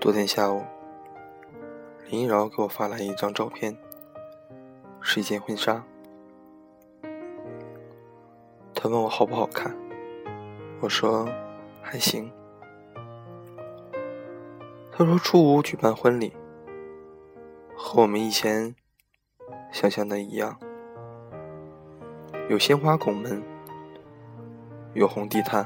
昨天下午，林一饶给我发来一张照片，是一件婚纱。他问我好不好看，我说还行。他说初五举办婚礼，和我们以前想象的一样，有鲜花拱门，有红地毯，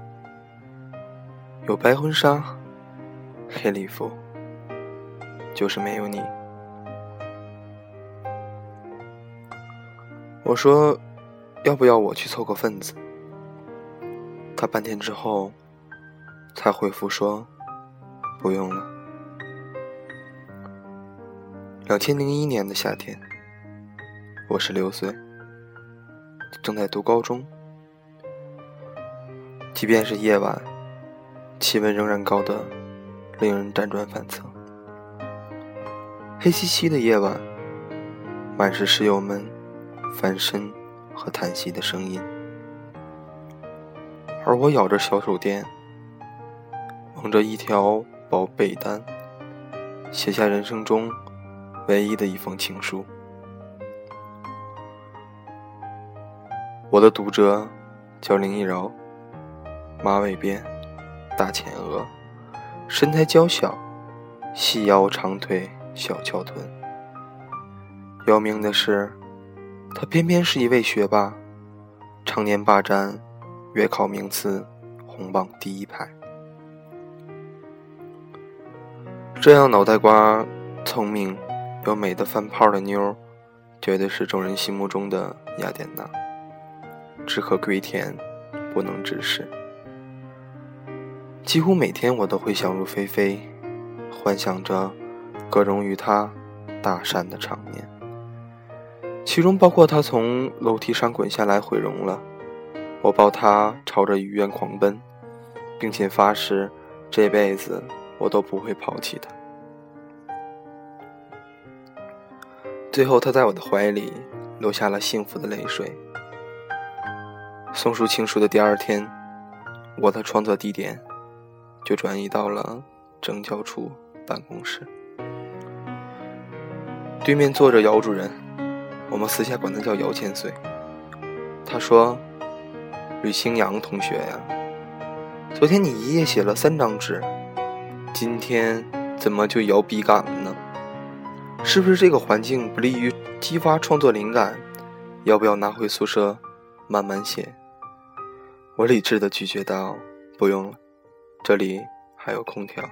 有白婚纱黑礼服，就是没有你。我说要不要我去凑个份子，他半天之后才回复说不用了。2001年的夏天，我16岁，正在读高中。即便是夜晚，气温仍然高得令人辗转反侧。黑漆漆的夜晚，满是室友们翻身和叹息的声音，而我咬着小手电，蒙着一条薄被单，写下人生中唯一的一封情书。我的读者叫林一饶，马尾辫，大前额，身材娇小，细腰长腿，小翘臀。要命的是，他偏偏是一位学霸，常年霸占月考名次红榜第一排。这样脑袋瓜聪明又美得翻泡的妞，绝对是众人心目中的雅典娜，只可归田，不能直视。几乎每天我都会想入非非，幻想着各种与她搭讪的场面，其中包括她从楼梯上滚下来毁容了，我抱她朝着医院狂奔，并且发誓这辈子我都不会抛弃她。最后她在我的怀里流下了幸福的泪水。送出情书的第二天，我的创作地点就转移到了政教处办公室。对面坐着姚主任，我们私下管他叫姚千岁。他说：吕清扬同学呀，昨天你一夜写了3张纸，今天怎么就摇笔杆了呢？是不是这个环境不利于激发创作灵感？要不要拿回宿舍慢慢写？我理智地拒绝道：不用了，这里还有空调。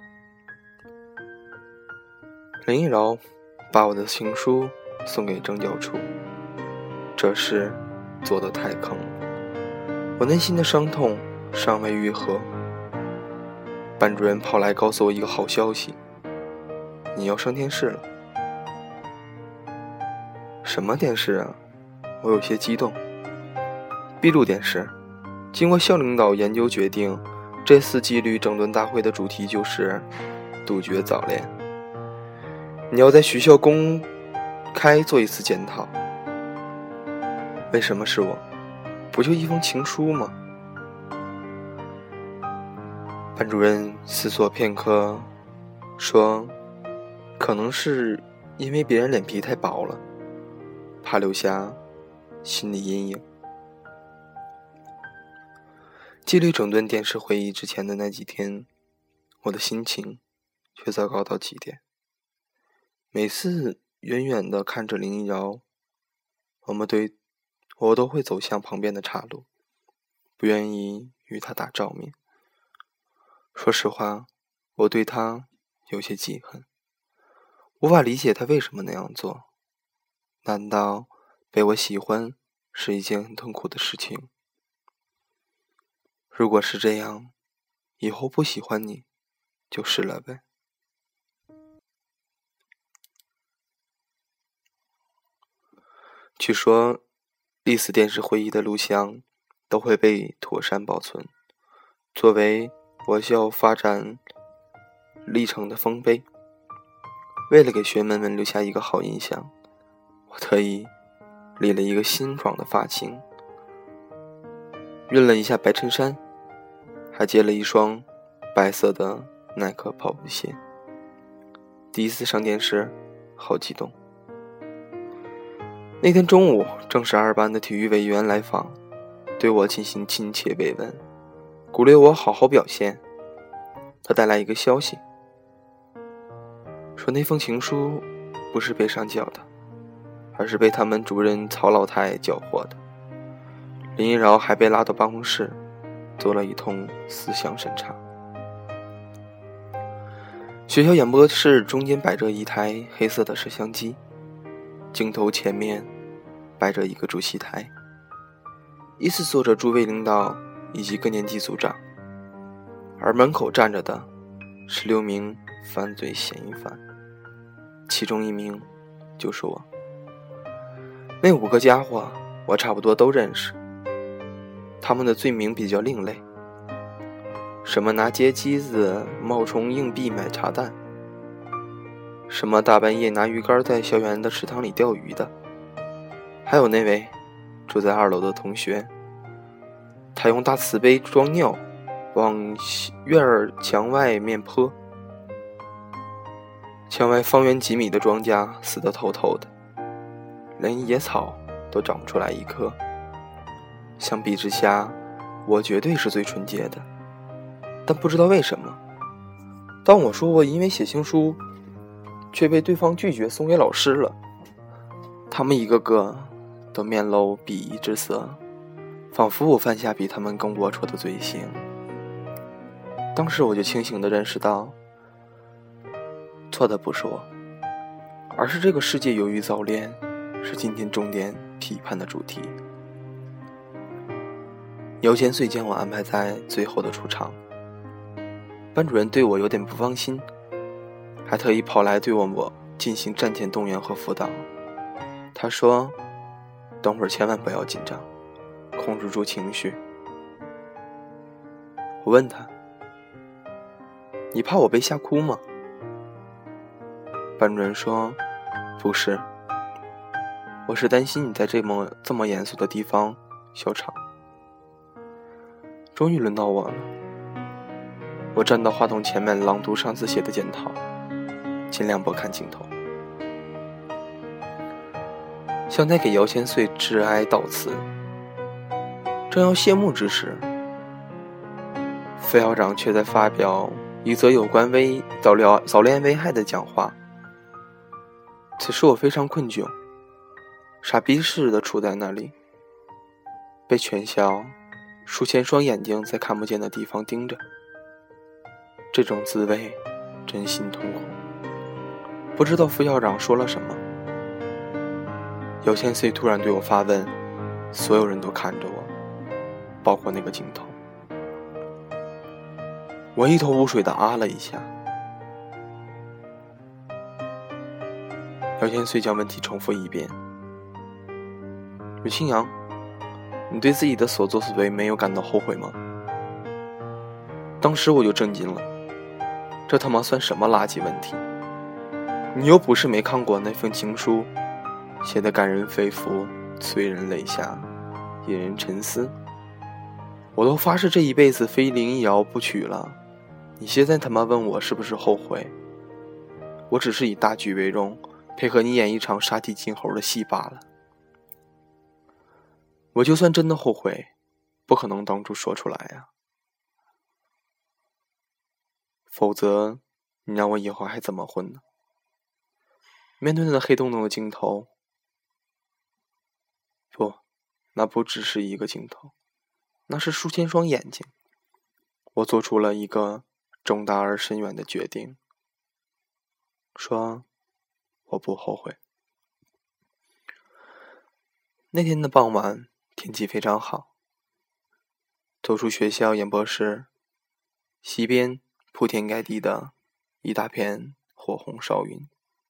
林一饶把我的情书送给政教处，这事做得太坑了，我内心的伤痛尚未愈合。班主任跑来告诉我一个好消息，你要上电视了。什么电视啊？我有些激动。闭路电视。经过校领导研究决定，这次纪律整顿大会的主题就是杜绝早恋。你要在学校公开做一次检讨。为什么是我？不就一封情书吗？班主任思索片刻，说可能是因为别人脸皮太薄了，怕留下心理阴影。纪律整顿电视会议之前的那几天，我的心情却糟糕到极点。每次远远地看着林一饶，我都会走向旁边的岔路，不愿意与他打照面。说实话，我对他有些记恨，无法理解他为什么那样做。难道被我喜欢是一件很痛苦的事情？如果是这样，以后不喜欢你就是了呗。据说历次电视会议的录像都会被妥善保存，作为我校发展历程的丰碑。为了给学妹们留下一个好印象，我特意理了一个新爽的发型，熨了一下白衬衫，还接了一双白色的耐克跑步鞋。第一次上电视，好激动。那天中午，正是2班的体育委员来访，对我进行亲切慰问，鼓励我好好表现。他带来一个消息，说那封情书不是被上缴的，而是被他们主任曹老太缴获的。林一饶还被拉到办公室，做了一通思想审查。学校演播室中间摆着一台黑色的摄像机，镜头前面摆着一个主席台，依次坐着诸位领导以及各年级组长，而门口站着的是6名犯罪嫌疑犯，其中1名就是我。那5个家伙我差不多都认识，他们的罪名比较另类，什么拿街机子冒充硬币买茶蛋，什么大半夜拿鱼竿在校园的池塘里钓鱼的，还有那位住在2楼的同学，他用大瓷杯装尿往院儿墙外面泼，墙外方圆几米的庄稼死得透透的，连野草都长不出来一棵。相比之下，我绝对是最纯洁的。但不知道为什么，当我说我因为写情书却被对方拒绝送给老师了，他们一个个都面露鄙夷之色，仿佛我犯下比他们更龌龊的罪行。当时我就清醒地认识到，错的不是我，而是这个世界由于早恋，是今天重点批判的主题。姚千岁将我安排在最后的出场，班主任对我有点不放心，还特意跑来对我进行战前动员和辅导。他说，等会儿千万不要紧张，控制住情绪。我问他，你怕我被吓哭吗？班主任说，不是，我是担心你在这么严肃的地方笑场。终于轮到我了，我站到话筒前面朗读上次写的检讨，尽量不看镜头。像在给姚千岁致哀悼词，正要谢幕之时，副校长却在发表一则有关早恋危害的讲话。此时我非常困窘，傻逼似的处在那里，被全校数千双眼睛在看不见的地方盯着，这种滋味真心痛苦。不知道副校长说了什么，姚千岁突然对我发问，所有人都看着我，包括那个镜头。我一头雾水地啊了一下。姚千岁将问题重复一遍，吕清扬，你对自己的所作所为没有感到后悔吗？当时我就震惊了，这他妈算什么垃圾问题？你又不是没看过那封情书，写得感人肺腑，催人泪下，引人沉思。我都发誓这一辈子非林一瑶不娶了，你现在他妈问我是不是后悔？我只是以大局为重，配合你演一场杀鸡儆猴的戏罢了。我就算真的后悔，不可能当初说出来呀，否则你让我以后还怎么混呢？面对那黑洞洞的镜头，不，那不只是一个镜头，那是数千双眼睛。我做出了一个重大而深远的决定，说我不后悔。那天的傍晚，天气非常好，走出学校演播室，西边铺天盖地的一大片火红烧云，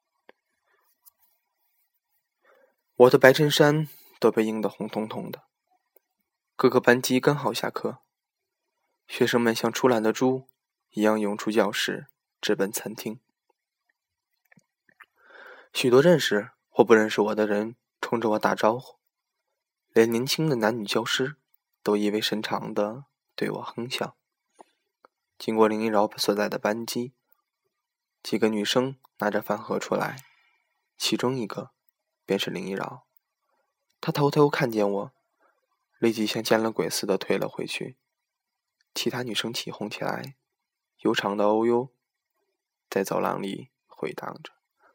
我的白衬衫都被映得红彤彤的。各个班级刚好下课，学生们像出栏的猪一样涌出教室，直奔餐厅。许多认识或不认识我的人冲着我打招呼，连年轻的男女教师都意味深长地对我哼笑。 经过林一饶所在的班级，几个女生拿着饭盒出来，其中一个便是林一饶。她偷偷看见我，立即像见了鬼似的退了回去。其他女生起哄起来，悠长的哦哟在走廊里回荡着。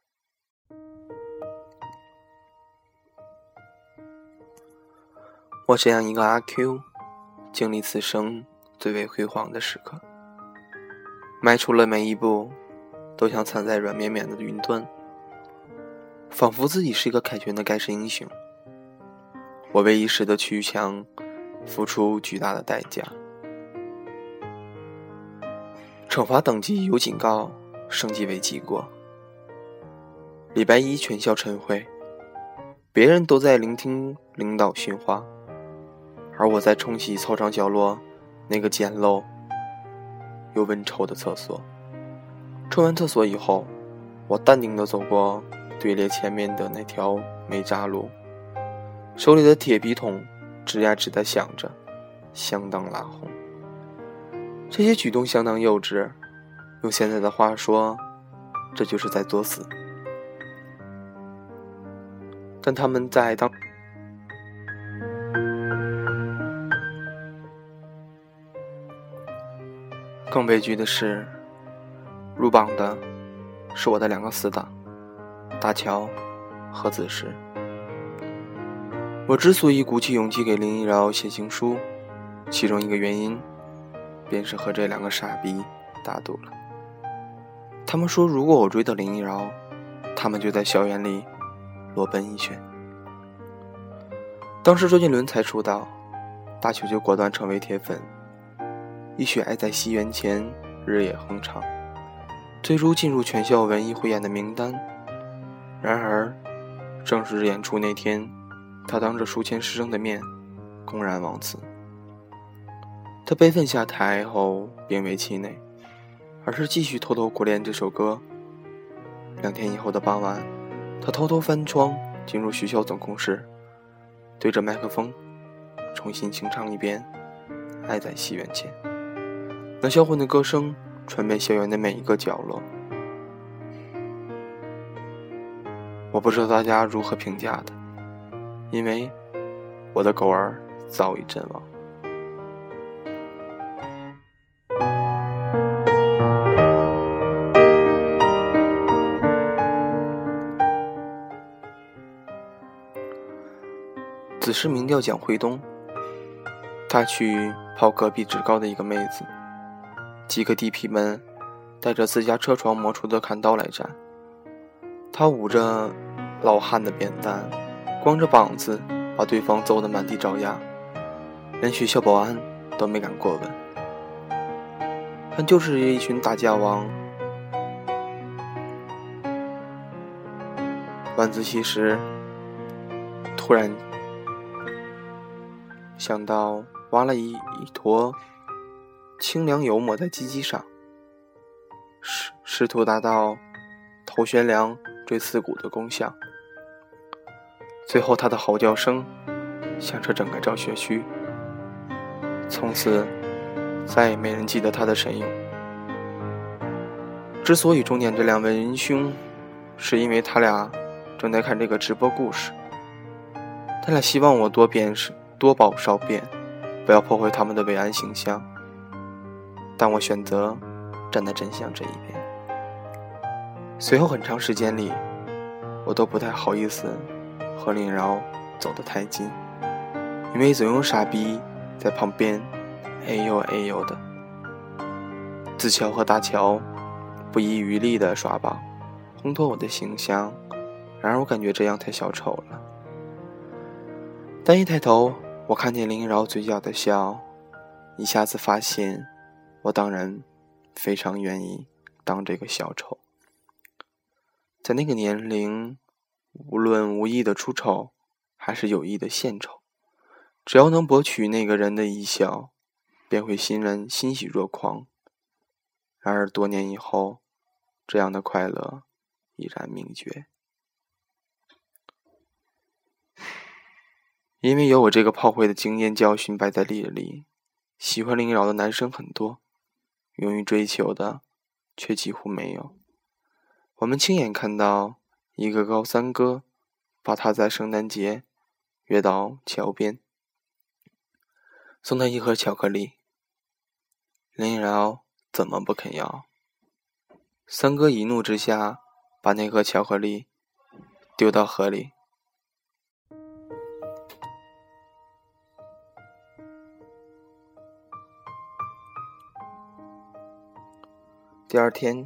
我这样一个阿 Q， 经历此生最为辉煌的时刻，迈出了每一步都像藏在软绵绵的云端，仿佛自己是一个凯旋的盖世英雄。我为一时的趋强付出巨大的代价。惩罚等级由警告升级为记过。礼拜一全校晨会，别人都在聆听领导训话，而我在冲洗操场角落那个简陋又温臭的厕所。冲完厕所以后，我淡定地走过队列前面的那条煤渣路，手里的铁皮桶吱呀吱地响着，相当拉轰。这些举动相当幼稚，用现在的话说，这就是在作死。但他们在更悲剧的是，入榜的是我的2个死党，大乔和子时。我之所以鼓起勇气给林一饶写情书，其中一个原因便是和这2个傻逼打赌了。他们说如果我追到林一饶，他们就在校园里裸奔一圈。当时周杰伦才出道，大球就果断成为铁粉，一曲爱在西元前日夜哼唱，最初进入全校文艺汇演的名单。然而正式演出那天，他当着数千师生的面公然忘词。他悲愤下台后并未气馁，而是继续偷偷苦练这首歌。2天以后的傍晚，他偷偷翻窗进入学校总控室，对着麦克风重新清唱一遍《爱在西元前》。那销魂的歌声传遍校园的每一个角落。我不知道大家如何评价的，因为我的狗儿早已阵亡。子时名叫蒋慧东，他去泡隔壁职高的一个妹子，几个地痞们带着自家车床磨出的砍刀来战。他捂着老汉的扁担，光着膀子把对方揍得满地找牙，连学校保安都没敢过问。但就是一群打架王。晚自习时突然想到挖了一坨清凉油抹在鸡鸡上，试图达到头悬梁锥刺股的功效。最后他的嚎叫声响彻整个教学区，从此再也没人记得他的神勇。之所以重点这2位仁兄，是因为他俩正在看这个直播故事，他俩希望我多报少辩，不要破坏他们的伟岸形象，但我选择站在真相这一边。随后很长时间里，我都不太好意思和林饶走得太近，因为总有傻逼在旁边哎呦哎呦的。子乔和大乔不遗余力地耍宝，烘托我的形象，然而我感觉这样太小丑了。但一抬头，我看见林饶嘴角的笑，一下子发现我当然非常愿意当这个小丑。在那个年龄，无论无意的出丑还是有意的献丑，只要能博取那个人的一笑，便会欣喜若狂。然而多年以后，这样的快乐已然名绝。因为有我这个炮灰的经验教训摆在列里，喜欢林饶的男生很多， 勇于追求的却几乎没有。我们亲眼看到一个高三哥把他在圣诞节约到桥边，送他一盒巧克力。林饶怎么不肯要？三哥一怒之下把那盒巧克力丢到河里。第二天，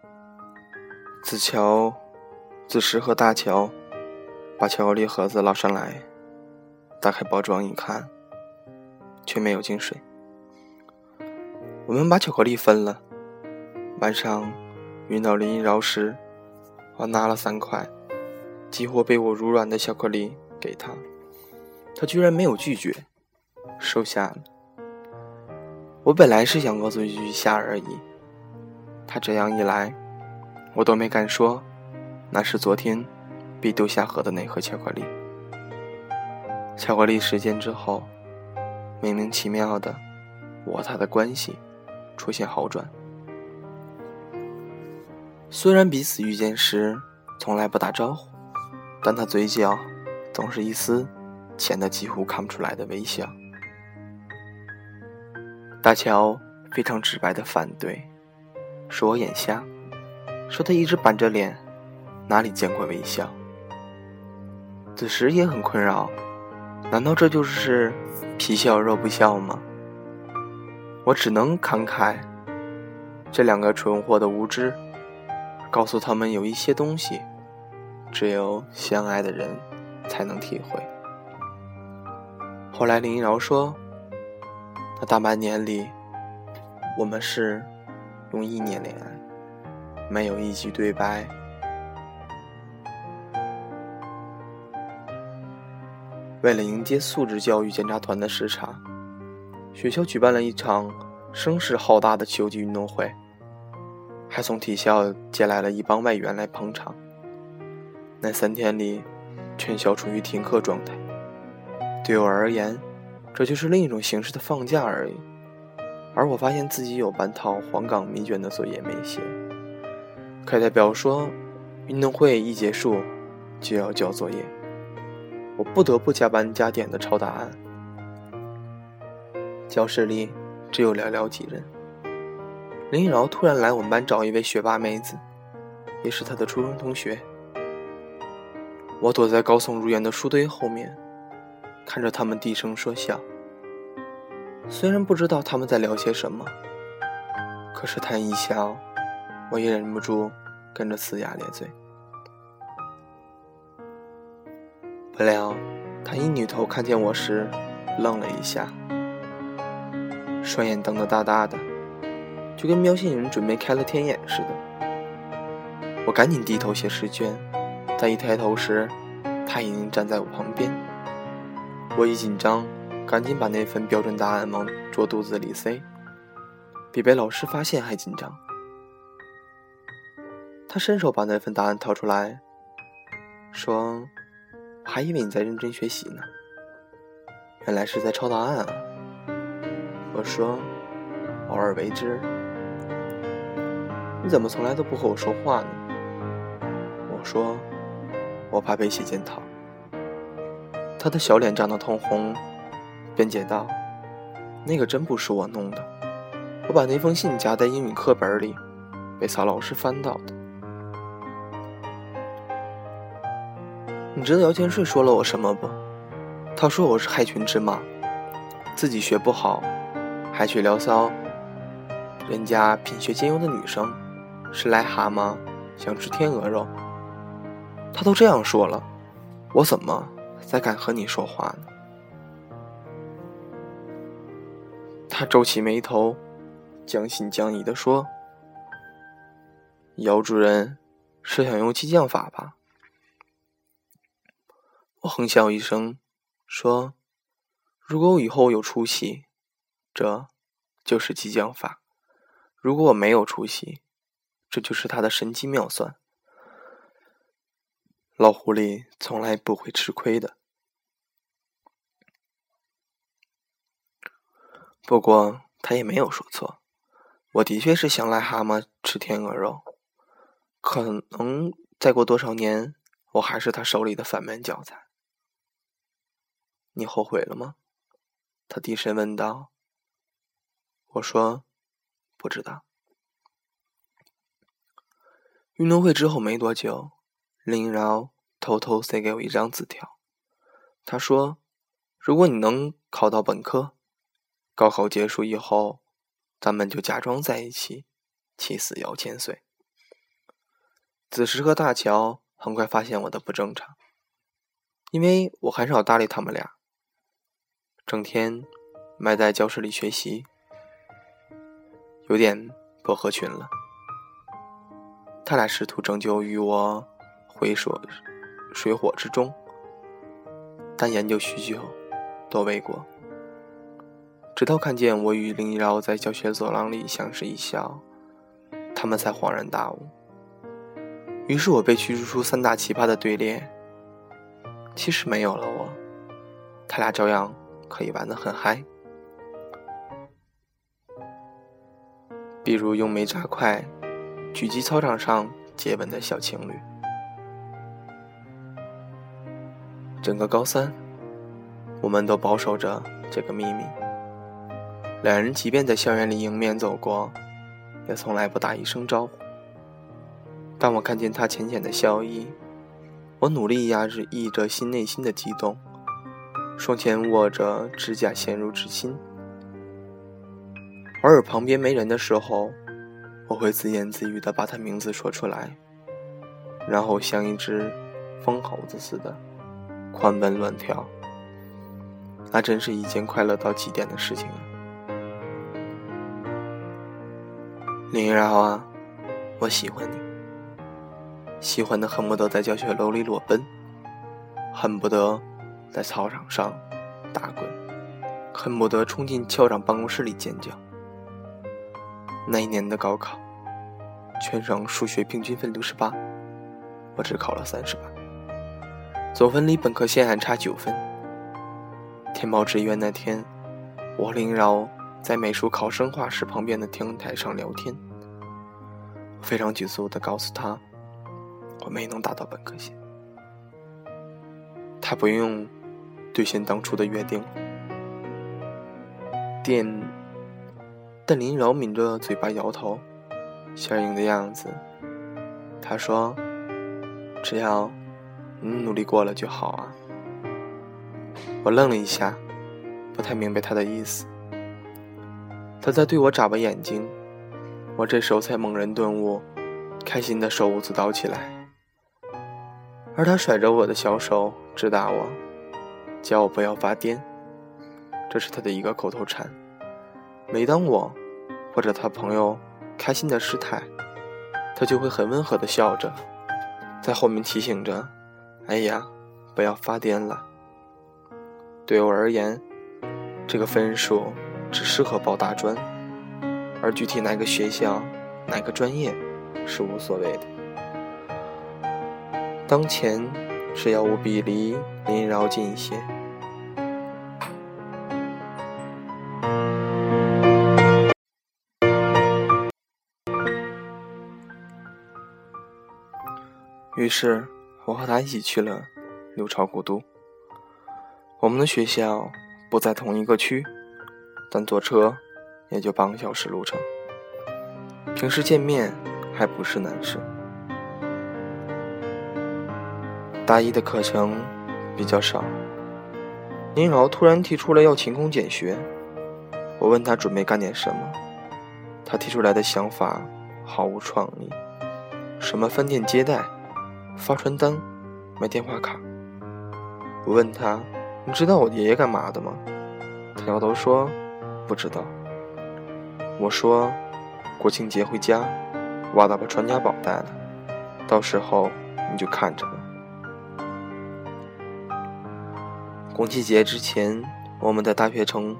子时和大乔把巧克力盒子捞上来，打开包装一看，却没有进水。我们把巧克力分了，晚上晕到林一饶时，我拿了3块几乎被我如软的巧克力给他，他居然没有拒绝，收下了。我本来是想恶作剧一下而已，他这样一来，我都没敢说那是昨天被丢下河的那盒巧克力。巧克力事件之后，明明其妙的我他的关系出现好转。虽然彼此遇见时从来不打招呼，但他嘴角总是一丝浅得几乎看不出来的微笑。大乔非常直白的反对，说我眼瞎，说他一直板着脸，哪里见过微笑。子时也很困扰，难道这就是皮笑肉不笑吗？我只能感慨这2个蠢货的无知，告诉他们有一些东西只有相爱的人才能体会。后来林一饶说，那大半年里我们是用意念恋爱，没有一句对白。为了迎接素质教育检查团的视察，学校举办了一场声势浩大的秋季运动会，还从体校借来了一帮外援来捧场。那3天里，全校处于停课状态。对我而言，这就是另一种形式的放假而已。而我发现自己有半套黄冈密卷的作业没写。课代表说，运动会一结束就要交作业，我不得不加班加点的抄答案。教室里只有寥寥几人。林一饶突然来我们班找一位学霸妹子，也是他的初中同学。我躲在高耸入园的书堆后面，看着他们低声说笑。虽然不知道他们在聊些什么，可是他一笑，我也忍不住跟着呲牙咧嘴。不料他一扭头看见我时愣了一下，双眼瞪得大大的，就跟喵星人准备开了天眼似的。我赶紧低头写试卷，但一抬头时他已经站在我旁边。我一紧张，赶紧把那份标准答案往桌肚子里塞，比被老师发现还紧张。他伸手把那份答案掏出来，说，我还以为你在认真学习呢，原来是在抄答案啊。我说，偶尔为之。你怎么从来都不和我说话呢？我说，我怕被写检讨。他的小脸涨得通红，辩解道，那个真不是我弄的，我把那封信夹在英语课本里，被曹老师翻到的。你知道姚千岁说了我什么不？他说我是害群之马，自己学不好，还去聊骚人家品学兼优的女生，是癞蛤蟆想吃天鹅肉。他都这样说了，我怎么才敢和你说话呢？他皱起眉头，将信将疑地说，姚主任是想用激将法吧？我哼笑一声，说，如果我以后有出息，这就是激将法；如果我没有出息，这就是他的神机妙算。老狐狸从来不会吃亏的。不过他也没有说错， 我的确是想癞蛤蟆吃天鹅肉，可能再过多少年，我还是他手里的反面教材。你后悔了吗？他低声问道。我说，不知道。运动会之后没多久，林饶偷偷塞给我一张字条。他说，如果你能考到本科，高考结束以后，咱们就假装在一起，起死摇千岁。子时和大乔很快发现我的不正常，因为我很少搭理他们俩，整天埋在教室里学习，有点不合群了。他俩试图拯救于我回水火之中，但研究许久都未果。直到看见我与林饶在教学走廊里相视一笑，他们才恍然大悟。于是我被驱逐出三大奇葩的队列。其实没有了我，他俩照样可以玩得很嗨。比如用煤渣块狙击操场上接吻的小情侣。整个高三，我们都保守着这个秘密。两人即便在校园里迎面走过，也从来不打一声招呼。当我看见他浅浅的笑意，我努力压抑着内心的激动，双前握着指甲陷入指心。偶尔旁边没人的时候，我会自言自语地把他名字说出来，然后像一只疯猴子似的狂奔乱跳。那真是一件快乐到极点的事情啊。林饶啊，我喜欢你，喜欢的恨不得在教学楼里裸奔，恨不得在操场上打滚，恨不得冲进校长办公室里尖叫。那一年的高考，全省数学平均分68，我只考了38，总分离本科线还差9分。填报志愿那天，我林饶在美术考生画室旁边的天台上聊天。我非常沮丧地告诉他，我没能达到本科线。他不用兑现当初的约定，但林饶抿着嘴巴摇头，笑盈的样子。他说，只要你努力过了就好啊。我愣了一下，不太明白他的意思。他在对我眨巴眼睛，我这时候才猛然顿悟，开心的手舞足蹈起来。而他甩着我的小手直打我，叫我不要发癫，这是他的一个口头禅。每当我或者他朋友开心的失态，他就会很温和地笑着，在后面提醒着，哎呀，不要发癫了。对我而言，这个分数只适合报大专，而具体哪个学校哪个专业是无所谓的。当前是要务必离林饶近一些。于是我和他一起去了六朝古都。我们的学校不在同一个区，但坐车也就半个小时路程。平时见面还不是难事。大一的课程比较少，林饶突然提出了要勤工俭学。我问他准备干点什么，他提出来的想法毫无创意，什么饭店接待、发传单、买电话卡。我问他，你知道我爷爷干嘛的吗？他摇头说不知道。我说国庆节回家，挖到把传家宝带了，到时候你就看着吧。国庆节之前，我们在大学城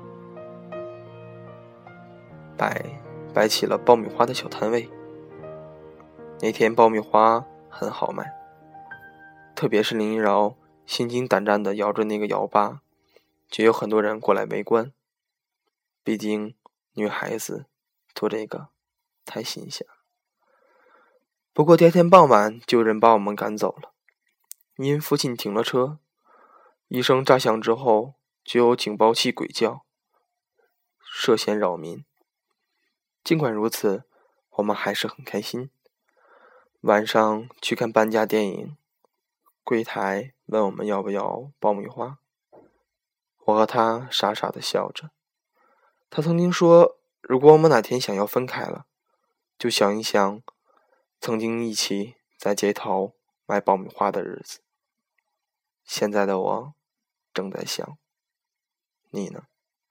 摆起了爆米花的小摊位。那天爆米花很好卖，特别是林饶心惊胆战地摇着那个摇把，就有很多人过来围观。毕竟女孩子做这个太新鲜了。不过第二天傍晚就有人把我们赶走了，因附近停了车，一声炸响之后就有警报器鬼叫，涉嫌扰民。尽管如此，我们还是很开心。晚上去看搬家电影，柜台问我们要不要爆米花，我和他傻傻地笑着。他曾经说，如果我们哪天想要分开了，就想一想曾经一起在街头买爆米花的日子。现在的我正在想，你呢？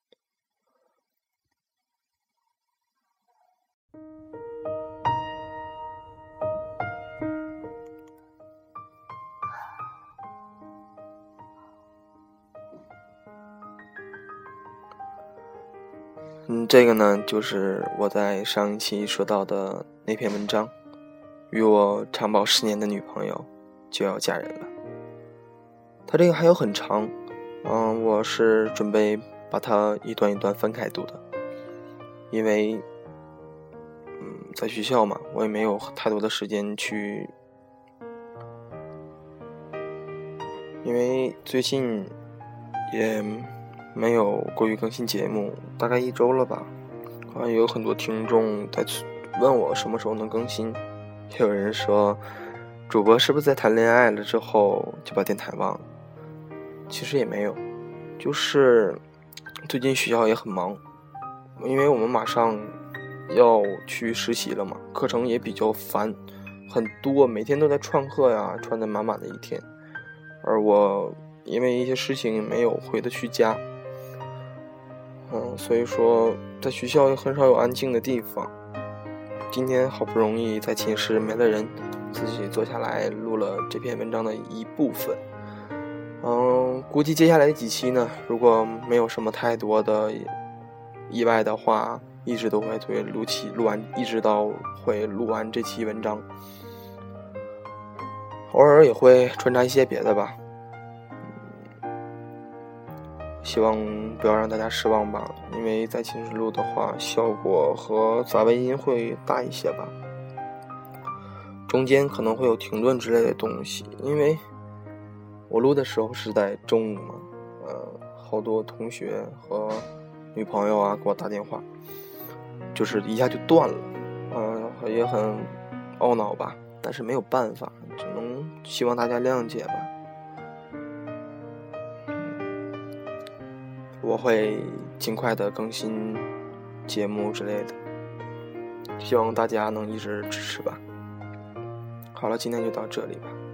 这个呢，就是我在上一期说到的那篇文章，与我长跑10年的女朋友就要嫁人了。它这个还有很长，我是准备把它一段一段分开读的，因为在学校嘛，我也没有太多的时间去，因为最近也没有过于更新节目，大概1周了吧。好像有很多听众在问我什么时候能更新，也有人说主播是不是在谈恋爱了之后就把电台忘了。其实也没有，就是最近学校也很忙，因为我们马上要去实习了嘛，课程也比较烦，很多，每天都在串课呀，串得满满的一天。而我因为一些事情没有回得去家，所以说在学校也很少有安静的地方。今天好不容易在寝室没了人，自己坐下来录了这篇文章的一部分。估计接下来的几期呢，如果没有什么太多的意外的话，一直都会录完，一直到会录完这期文章。偶尔也会穿插一些别的吧，希望不要让大家失望吧，因为在寝室录的话，效果和杂尾音会大一些吧，中间可能会有停顿之类的东西，因为我录的时候是在中午嘛，好多同学和女朋友啊给我打电话，就是一下就断了，也很懊恼吧，但是没有办法，只能希望大家谅解吧。我会尽快的更新节目之类的，希望大家能一直支持吧。好了，今天就到这里吧。